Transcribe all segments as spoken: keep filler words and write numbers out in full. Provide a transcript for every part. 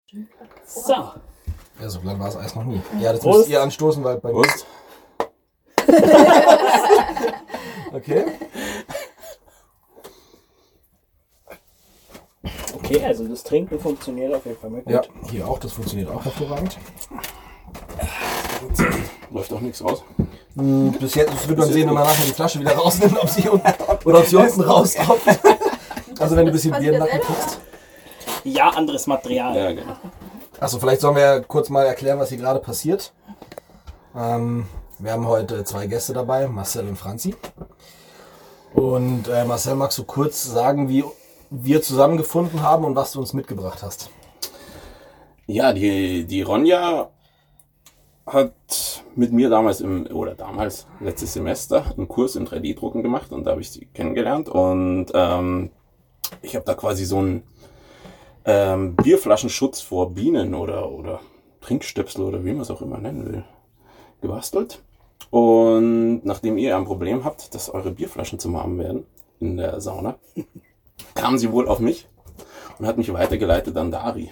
So. Ja, so lang war es Eis noch nie. Ja, das müsst ihr anstoßen, weil bei Prost. Okay. Okay, also das Trinken funktioniert auf jeden Fall mit. Ja, hier auch, das funktioniert auch hervorragend. Läuft auch nichts raus. Hm, bis jetzt das wird man sehen, wenn man nachher die Flasche wieder rausnimmt, ob sie unten, oder ob sie unten rauskommt. Also wenn du ein bisschen Bier in den Nacken kriegst. Ja, anderes Material. Ja, genau. Achso, vielleicht sollen wir ja kurz mal erklären, was hier gerade passiert. Ähm, wir haben heute zwei Gäste dabei, Marcel und Franzi. Und äh, Marcel, magst du kurz sagen, wie wir zusammengefunden haben und was du uns mitgebracht hast? Ja, die, die Ronja hat mit mir damals im, oder damals, letztes Semester, einen Kurs in drei D Drucken gemacht und da habe ich sie kennengelernt und ähm, ich habe da quasi so einen ähm, Bierflaschenschutz vor Bienen oder, oder Trinkstöpsel oder wie man es auch immer nennen will, gebastelt. Und nachdem ihr ein Problem habt, dass eure Bierflaschen zu warm werden in der Sauna, kam sie wohl auf mich und hat mich weitergeleitet an Dari.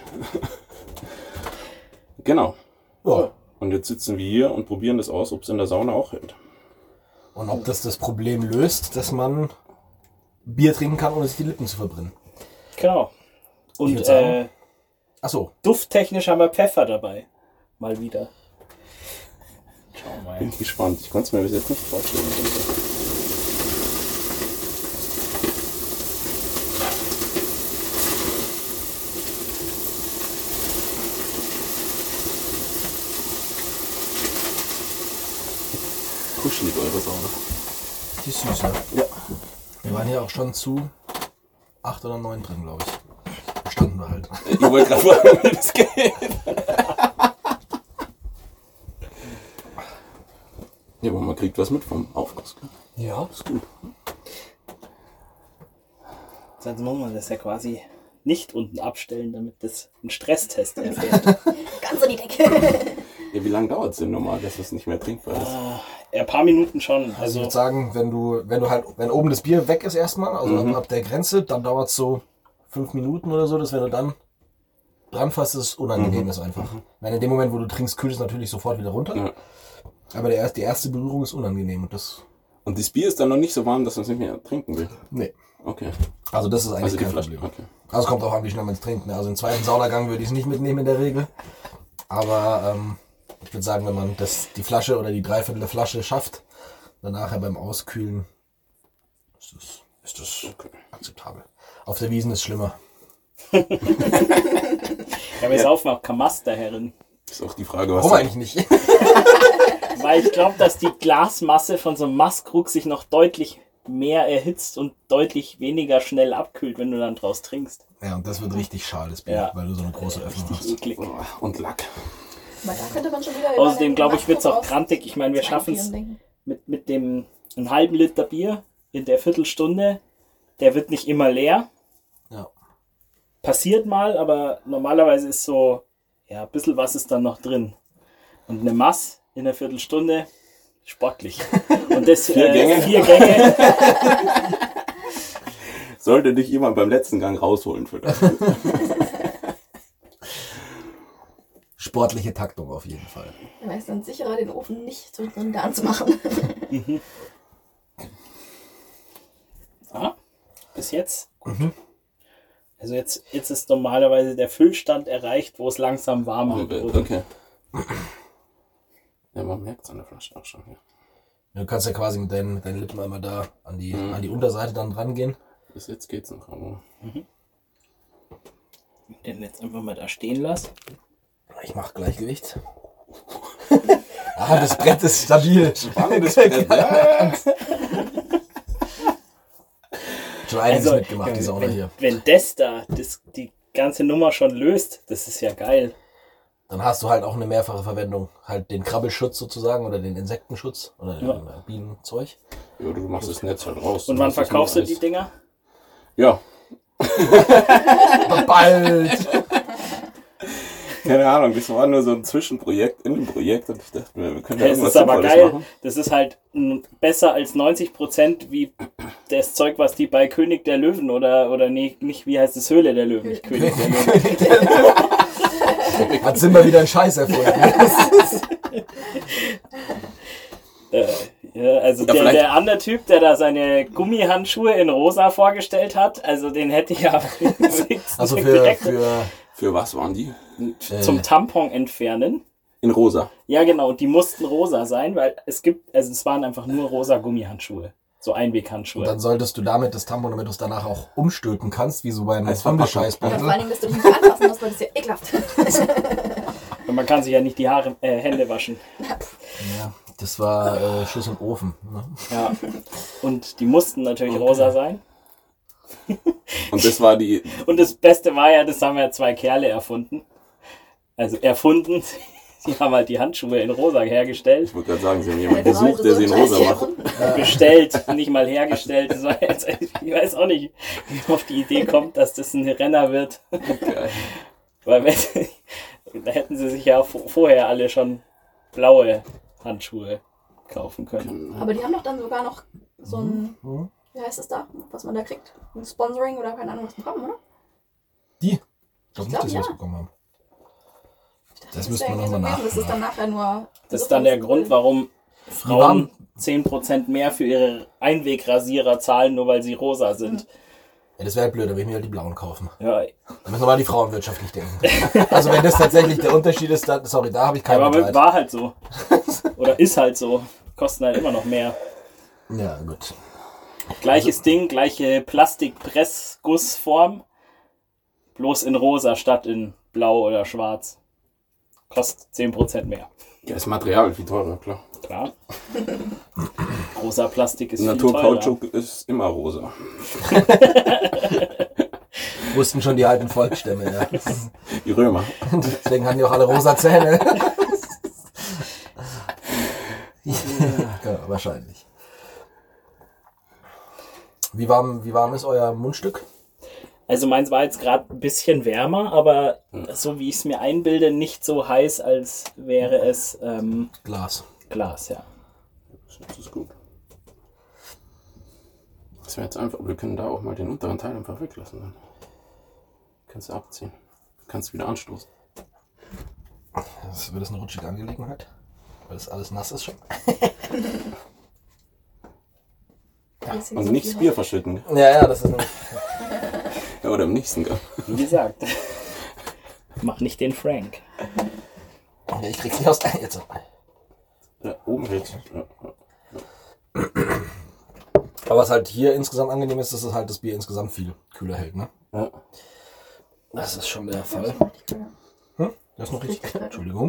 Genau. Ja. Und jetzt sitzen wir hier und probieren das aus, ob es in der Sauna auch hält. Und ob das das Problem löst, dass man Bier trinken kann, ohne sich die Lippen zu verbrennen. Genau. Ich Und würd sagen- äh, Achso, dufttechnisch haben wir Pfeffer dabei. Mal wieder. Schau mal. Bin ich gespannt. Ich konnte es mir bis jetzt nicht vorstellen. Kuschelig eure Sauna. die ist süß, ne? Ja. Wir waren hier auch schon zu acht oder neun drin, glaube ich. Standen wir halt. Ich wollte gerade fragen, wie das geht. Ja, aber man kriegt was mit vom Aufguss. Gell? Ja. Ist gut. Sonst muss man das ja quasi nicht unten abstellen, damit das einen Stresstest erfährt. Ganz an die Decke. Ja, wie lange dauert es denn normal, dass es nicht mehr trinkbar ist? Ja, ein paar Minuten schon. Also ich Also würde sagen, wenn du, wenn du halt, wenn oben das Bier weg ist erstmal, also Mhm. ab, ab der Grenze, dann dauert es so fünf Minuten oder so, dass wenn du dann dran fasst, es unangenehm Mhm. ist einfach. Wenn in dem Moment, wo du trinkst, kühlt es natürlich sofort wieder runter. Ja. Aber der, erst- die erste Berührung ist unangenehm und das, Und das Bier ist dann noch nicht so warm, dass man es nicht mehr trinken will. nee. Okay. Also das ist eigentlich Also die kein Flasche. Problem. Okay. Also es kommt auch an, wie schnell man es trinkt. Ne? Also im zweiten Saunagang würde ich es nicht mitnehmen in der Regel. Aber ähm, ich würde sagen, wenn man das, die Flasche oder die Dreiviertel der Flasche schafft, dann nachher beim Auskühlen ist das, ist das Okay. akzeptabel. Auf der Wiesn ist es schlimmer. ja, wir saufen auch Kamaster herin. Ist auch die Frage, was Warum da- eigentlich nicht? Weil ich glaube, dass die Glasmasse von so einem Maßkrug sich noch deutlich mehr erhitzt und deutlich weniger schnell abkühlt, wenn du dann draus trinkst. Ja, und das wird richtig schales Bier, Ja. weil du so eine große Öffnung hast. Eklig. Oh, und Lack. Weil da könnte man schon wieder über Außerdem den glaube ich, wird es auch Nachdruck grantig. Ich meine, wir aus schaffen es Einführen mit, mit dem einen halben Liter Bier in der Viertelstunde. Der wird nicht immer leer. Ja. Passiert mal, aber normalerweise ist so, ja, ein bisschen was ist dann noch drin. Und eine Mass in der Viertelstunde, sportlich. Und das Vier äh, Gänge? Vier Gänge. Sollte dich jemand beim letzten Gang rausholen für das. Sportliche Taktung auf jeden Fall. Dann wäre es dann sicherer, den Ofen nicht so drin gar zu machen. Ah, bis jetzt. Gut. Mhm. Also jetzt, jetzt ist normalerweise der Füllstand erreicht, wo es langsam warm wird. oder? Okay. Ja, man merkt es an der Flasche auch schon. Ja. Du kannst ja quasi mit deinen, mit deinen Lippen einmal da an die, Mhm. an die Unterseite dann dran gehen. Bis jetzt geht's noch. Aber Den jetzt einfach mal da stehen lassen. Ich mache Gleichgewicht. Ah, das Brett ist stabil. spannendes Brett. Ja. Schon einiges Also, mitgemacht, die Sauna wenn, hier. wenn das da das, die ganze Nummer schon löst, das ist ja geil. Dann hast du halt auch eine mehrfache Verwendung. Halt den Krabbelschutz sozusagen oder den Insektenschutz oder Ja. den Bienenzeug. Ja, du machst das Netz halt raus. Und Du wann machst das verkaufst du nur die Eis. Dinger? Ja, Bald! keine Ahnung. Das war nur so ein Zwischenprojekt in dem Projekt und ich dachte mir, wir können ja Das irgendwas ist aber Sinnvolles geil. machen. Das ist halt m, besser als neunzig Prozent wie das Zeug, was die bei König der Löwen oder, oder nee, nicht, wie heißt es, Höhle der Löwen, nicht König der Löwen. Hat sind wir wieder ein Scheiß erfunden. Äh, ja, also Ja, der, vielleicht- der andere Typ, der da seine Gummihandschuhe in rosa vorgestellt hat, also den hätte ich ja Also für, direkt für Für was waren die? zum Tampon entfernen. In rosa. Ja, genau, die mussten rosa sein, weil es gibt, also es waren einfach nur rosa Gummihandschuhe. So Einweghandschuhe. und dann solltest du damit das Tampon, damit du es danach auch umstülpen kannst, wie so beim Als Verpackung. Ja, vor Hundescheißbeutel. allen Dingen, dass du dich nicht anfassen musst, weil das ist ja ekelhaft. Und man kann sich ja nicht die Haare, äh, Hände waschen. Ja, das war äh, Schuss und Ofen. Ne? Ja. Und die mussten natürlich rosa sein. Und das war die. Und das Beste war ja, das haben ja zwei Kerle erfunden. Also erfunden. Die haben halt die Handschuhe in rosa hergestellt. Ich wollte gerade sagen, sie haben jemanden Ja, genau, gesucht, der sie in so rosa Scheiße macht. erfunden. Bestellt, nicht mal hergestellt. Das war jetzt, ich weiß auch nicht, wie man auf die Idee kommt, dass das ein Renner wird. Geil. Weil wenn, da hätten sie sich ja v- vorher alle schon blaue Handschuhe kaufen können. Aber die haben doch dann sogar noch so ein, Mhm. wie heißt das da, was man da kriegt? Ein Sponsoring oder keine Ahnung was bekommen, oder? Die? Ich glaube nicht, glaub, dass sie ja. was bekommen haben. Ich dachte, Das das müsste wäre man irgendwie nochmal so gewesen, Das ist dann nachher nur... Das ist dann der Grund, warum Frauen waren- zehn Prozent mehr für ihre Einwegrasierer zahlen, nur weil sie rosa sind. Ja, das wäre halt blöd, da will ich mir halt die blauen kaufen. Ja, Da müssen wir mal an die Frauen wirtschaftlich denken. Also wenn das tatsächlich der Unterschied ist, dann, sorry, da habe ich keinen aber Mitleid. war halt so. Oder ist halt so. Kosten halt immer noch mehr. Ja, gut. Gleiches Ding, gleiche Plastikpressgussform, bloß in rosa statt in blau oder schwarz. Kostet zehn Prozent mehr. Ja, das Material viel teurer, klar. Klar. Rosa Plastik ist viel teurer. Naturkautschuk ist immer rosa. Wussten schon die alten Volksstämme, ja. Die Römer. Deswegen haben die auch alle rosa Zähne. Ja, wahrscheinlich. Wie warm, wie warm ist euer Mundstück? Also meins war jetzt gerade ein bisschen wärmer, aber so wie ich es mir einbilde, nicht so heiß, als wäre es ähm, Glas. Glas, ja. Das ist gut. Das wäre jetzt einfach, wir können da auch mal den unteren Teil einfach weglassen. Dann kannst du abziehen. Kannst wieder anstoßen. Das wird das eine rutschige Angelegenheit? Weil das alles nass ist schon. Und nichts Bier verschütten. Ja, ja, das ist ein... Ja, oder im nächsten Gang. Wie gesagt. Mach nicht den Frank. Ja, ich krieg's nicht aus. Jetzt. Ja, oben jetzt. Ja. Aber was halt hier insgesamt angenehm ist, dass es halt das Bier insgesamt viel kühler hält, ne? Ja. Das ist schon der Fall. Hm? Das ist noch richtig. Entschuldigung.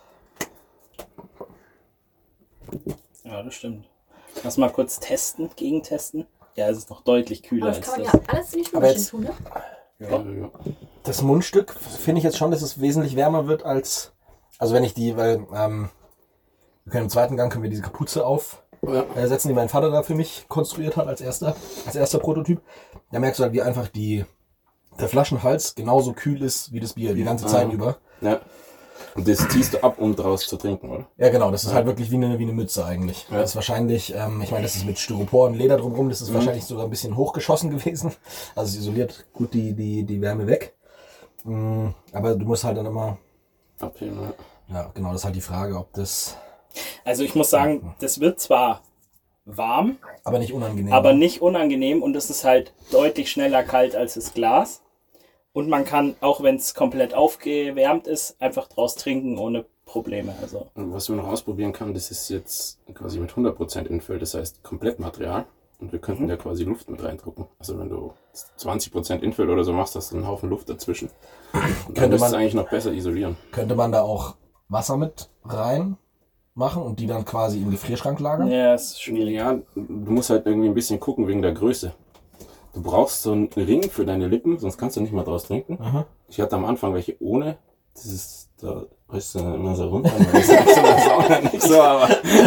Ja, das stimmt. Lass mal kurz testen, gegentesten. Ja, es ist noch deutlich kühler Aber das als kann man das. ja alles in die Aber Spülmaschine jetzt- tun, ne? Ja, ja. Das Mundstück finde ich jetzt schon, dass es wesentlich wärmer wird als... Also wenn ich die, weil... Ähm, wir können im zweiten Gang können wir diese Kapuze auf Ja. äh, setzen, die mein Vater da für mich konstruiert hat als erster, als erster Prototyp. Da merkst du halt, wie einfach die, der Flaschenhals genauso kühl ist wie das Bier die ganze Zeit Ah. über. Ja. Und das ziehst du ab, um draus zu trinken, oder? Ja, genau, das ist halt wirklich wie eine, wie eine Mütze eigentlich. Ja. Das ist wahrscheinlich, ähm, ich meine, das ist mit Styropor und Leder drumherum, das ist Mhm. wahrscheinlich sogar ein bisschen hochgeschossen gewesen. Also es isoliert gut die, die, die Wärme weg. Mm, aber du musst halt dann immer, Abheben, ja. ja genau, das ist halt die Frage, ob das, Also ich muss sagen, das wird zwar warm, aber nicht unangenehm. aber nicht unangenehm und es ist halt deutlich schneller kalt als das Glas. Und man kann, auch wenn es komplett aufgewärmt ist, einfach draus trinken ohne Probleme. Also Und was man noch ausprobieren kann, das ist jetzt quasi mit hundert Prozent Infill, das heißt Komplettmaterial. Und wir könnten ja quasi Luft mit reindrucken. Also wenn du zwanzig Prozent Infill oder so machst, hast du einen Haufen Luft dazwischen. Und dann Könnte müsstest man- du eigentlich noch besser isolieren. Könnte man da auch Wasser mit rein machen und die dann quasi im Gefrierschrank lagern? ja, es ist schwierig. Ja, du musst halt irgendwie ein bisschen gucken wegen der Größe. Du brauchst so einen Ring für deine Lippen, sonst kannst du nicht mal draus trinken. Aha. Ich hatte am Anfang welche ohne. Das ist, da reißt du dann immer so runter. Das ist nicht so, das ist auch nicht so, aber...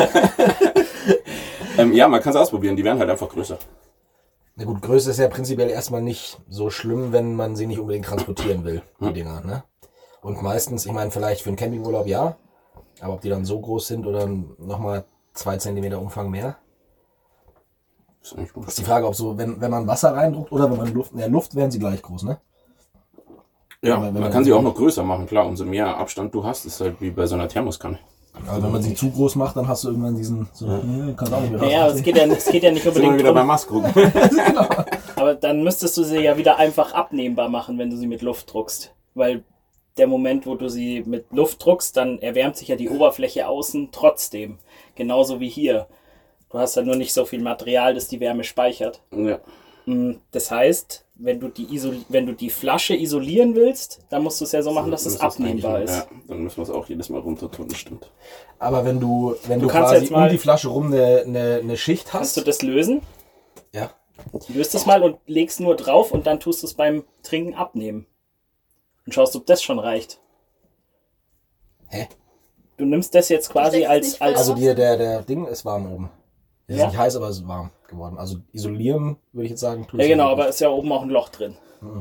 ähm, ja, man kann es ausprobieren, die werden halt einfach größer. Na gut, Größe ist ja prinzipiell erstmal nicht so schlimm, wenn man sie nicht unbedingt transportieren will, die Dinger, ne? Und meistens, ich meine, vielleicht für einen Campingurlaub ja, aber ob die dann so groß sind oder nochmal zwei Zentimeter Umfang mehr, Das ist eigentlich gut. ist die Frage, ob so, wenn, wenn man Wasser reindruckt oder wenn man Luft, in der Luft wären sie gleich groß, ne? Ja, Wenn man- wenn man man- kann sie auch noch größer machen, klar. Umso mehr Abstand du hast, ist halt wie bei so einer Thermoskanne. Also wenn man sie zu groß macht, dann hast du irgendwann diesen, so, nee, kannst auch nicht mehr Naja, aber es raus. geht ja, es geht ja nicht Sind wir unbedingt wieder beim drum. Maßkrug. Aber dann müsstest du sie ja wieder einfach abnehmbar machen, wenn du sie mit Luft druckst. Weil der Moment, wo du sie mit Luft druckst, dann erwärmt sich ja die Oberfläche außen trotzdem. Genauso wie hier. Du hast ja nur nicht so viel Material, das die Wärme speichert. Ja. Mm, Das heißt, wenn du die, Isol- wenn du die Flasche isolieren willst, dann musst du es ja so machen, dass es Dann ist das abnehmbar eigentlich- ist. Ja, dann müssen wir es auch jedes Mal runter tun, das stimmt. Aber wenn du, wenn du, Du kannst quasi jetzt mal- um die Flasche rum eine, eine, eine Schicht Kannst hast. du das lösen? Ja. Löst es mal und legst nur drauf und dann tust du es beim Trinken abnehmen. Und schaust, ob das schon reicht. Hä? Du nimmst das jetzt quasi Steckst als, nicht als Also die, der, der Ding ist warm oben. Es ist Ja. nicht heiß, aber es ist warm geworden. Also isolieren, würde ich jetzt sagen. tut Ja es genau, nicht. aber ist ja oben auch ein Loch drin.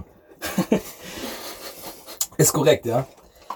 Ist korrekt, ja.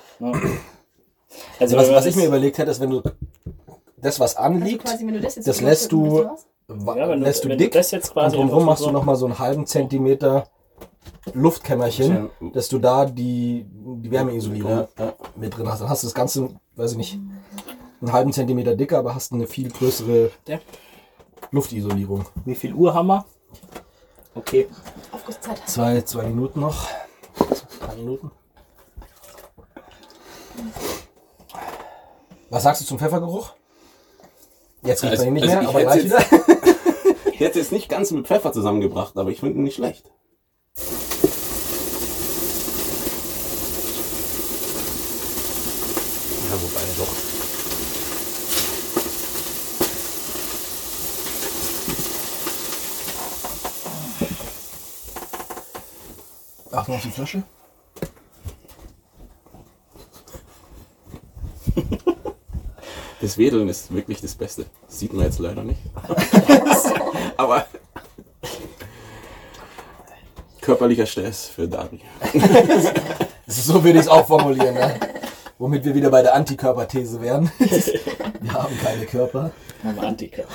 Also was, wenn man was ich das- mir überlegt hätte, ist, wenn du das, was Also anliegt, quasi, wenn du das jetzt das so lässt machst, du, dann machst wa- Ja, wenn du- lässt du wenn du dick das jetzt quasi und drumherum einfach machst so- du nochmal so einen halben Zentimeter Luftkämmerchen, Ja. dass du da die, die Wärmeisolierung Ja, ja. mit drin hast. Dann hast du das Ganze, weiß ich nicht, einen halben Zentimeter dicker, aber hast eine viel größere Ja. Luftisolierung. Wie viel Uhr haben wir? Okay. Aufgusszeit. Zwei, zwei Minuten noch. Drei Minuten. Was sagst du zum Pfeffergeruch? Jetzt riecht Also- man ihn nicht also mehr, ich aber hätte gleich wieder. jetzt- Ich hätte es nicht ganz mit Pfeffer zusammengebracht, aber ich finde ihn nicht schlecht. Ja, wobei doch. Achtung auf die Flasche. Das Wedeln ist wirklich das Beste. Das sieht man jetzt leider nicht. Aber körperlicher Stress für Dari. So würde ich es auch formulieren. Ne? Womit wir wieder bei der Antikörperthese wären. Wir haben keine Körper. Haben wir Antikörper.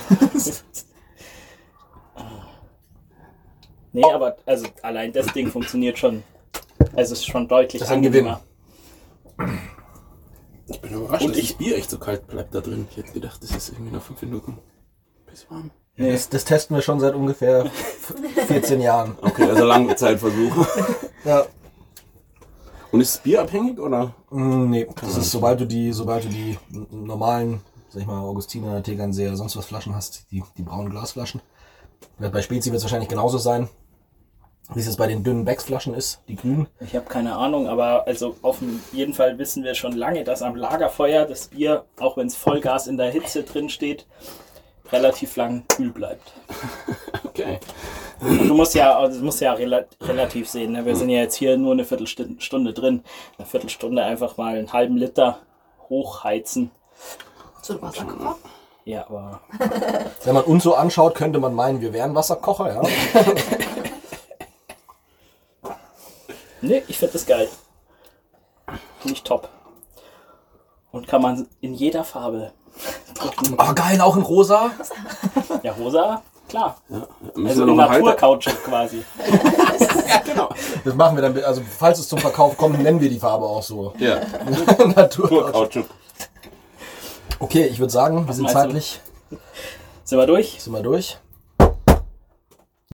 Nee, aber also allein das Ding funktioniert schon. Also es ist schon deutlich Das ist ein Gewinn. angenehmer. Ich bin überrascht, Und dass ich- das Bier echt so kalt bleibt da drin. Ich hätte gedacht, das ist irgendwie nach fünf Minuten bis warm. Nee. Das, das testen wir schon seit ungefähr vierzehn Jahren. Okay, also lange Zeitversuch. Ja. Und ist es bierabhängig oder? Mm, nee, das ist, sobald du die, sobald du die n- normalen, sag ich mal, Augustiner, Tegernseer, sonst was Flaschen hast, die, die braunen Glasflaschen. Bei Spezi wird es wahrscheinlich genauso sein, wie es jetzt bei den dünnen Becks-Flaschen ist, die grünen. Ich habe keine Ahnung, aber also auf jeden Fall wissen wir schon lange, dass am Lagerfeuer das Bier, auch wenn es Vollgas in der Hitze drin steht, relativ lang kühl bleibt. Okay. Und du musst ja, also du musst ja rela relativ sehen. Ne? Wir sind ja jetzt hier nur eine Viertelstunde drin. Eine Viertelstunde einfach mal einen halben Liter hochheizen. So ein Wasserkocher. Ja, aber Wenn man uns so anschaut, könnte man meinen, wir wären Wasserkocher, ja. nee, ich finde das geil. Finde ich top. Und kann man in jeder Farbe drucken. Oh, geil, auch in rosa. Ja, rosa, klar. Ja, müssen Also wir in noch einen Halter. Naturkautschuk quasi. Ja, genau. Das machen wir dann, also falls es zum Verkauf kommt, nennen wir die Farbe auch so. Ja, Natur. Naturkautschuk. Okay, ich würde sagen, wir sind meinst du? zeitlich, Sind wir durch? sind wir durch.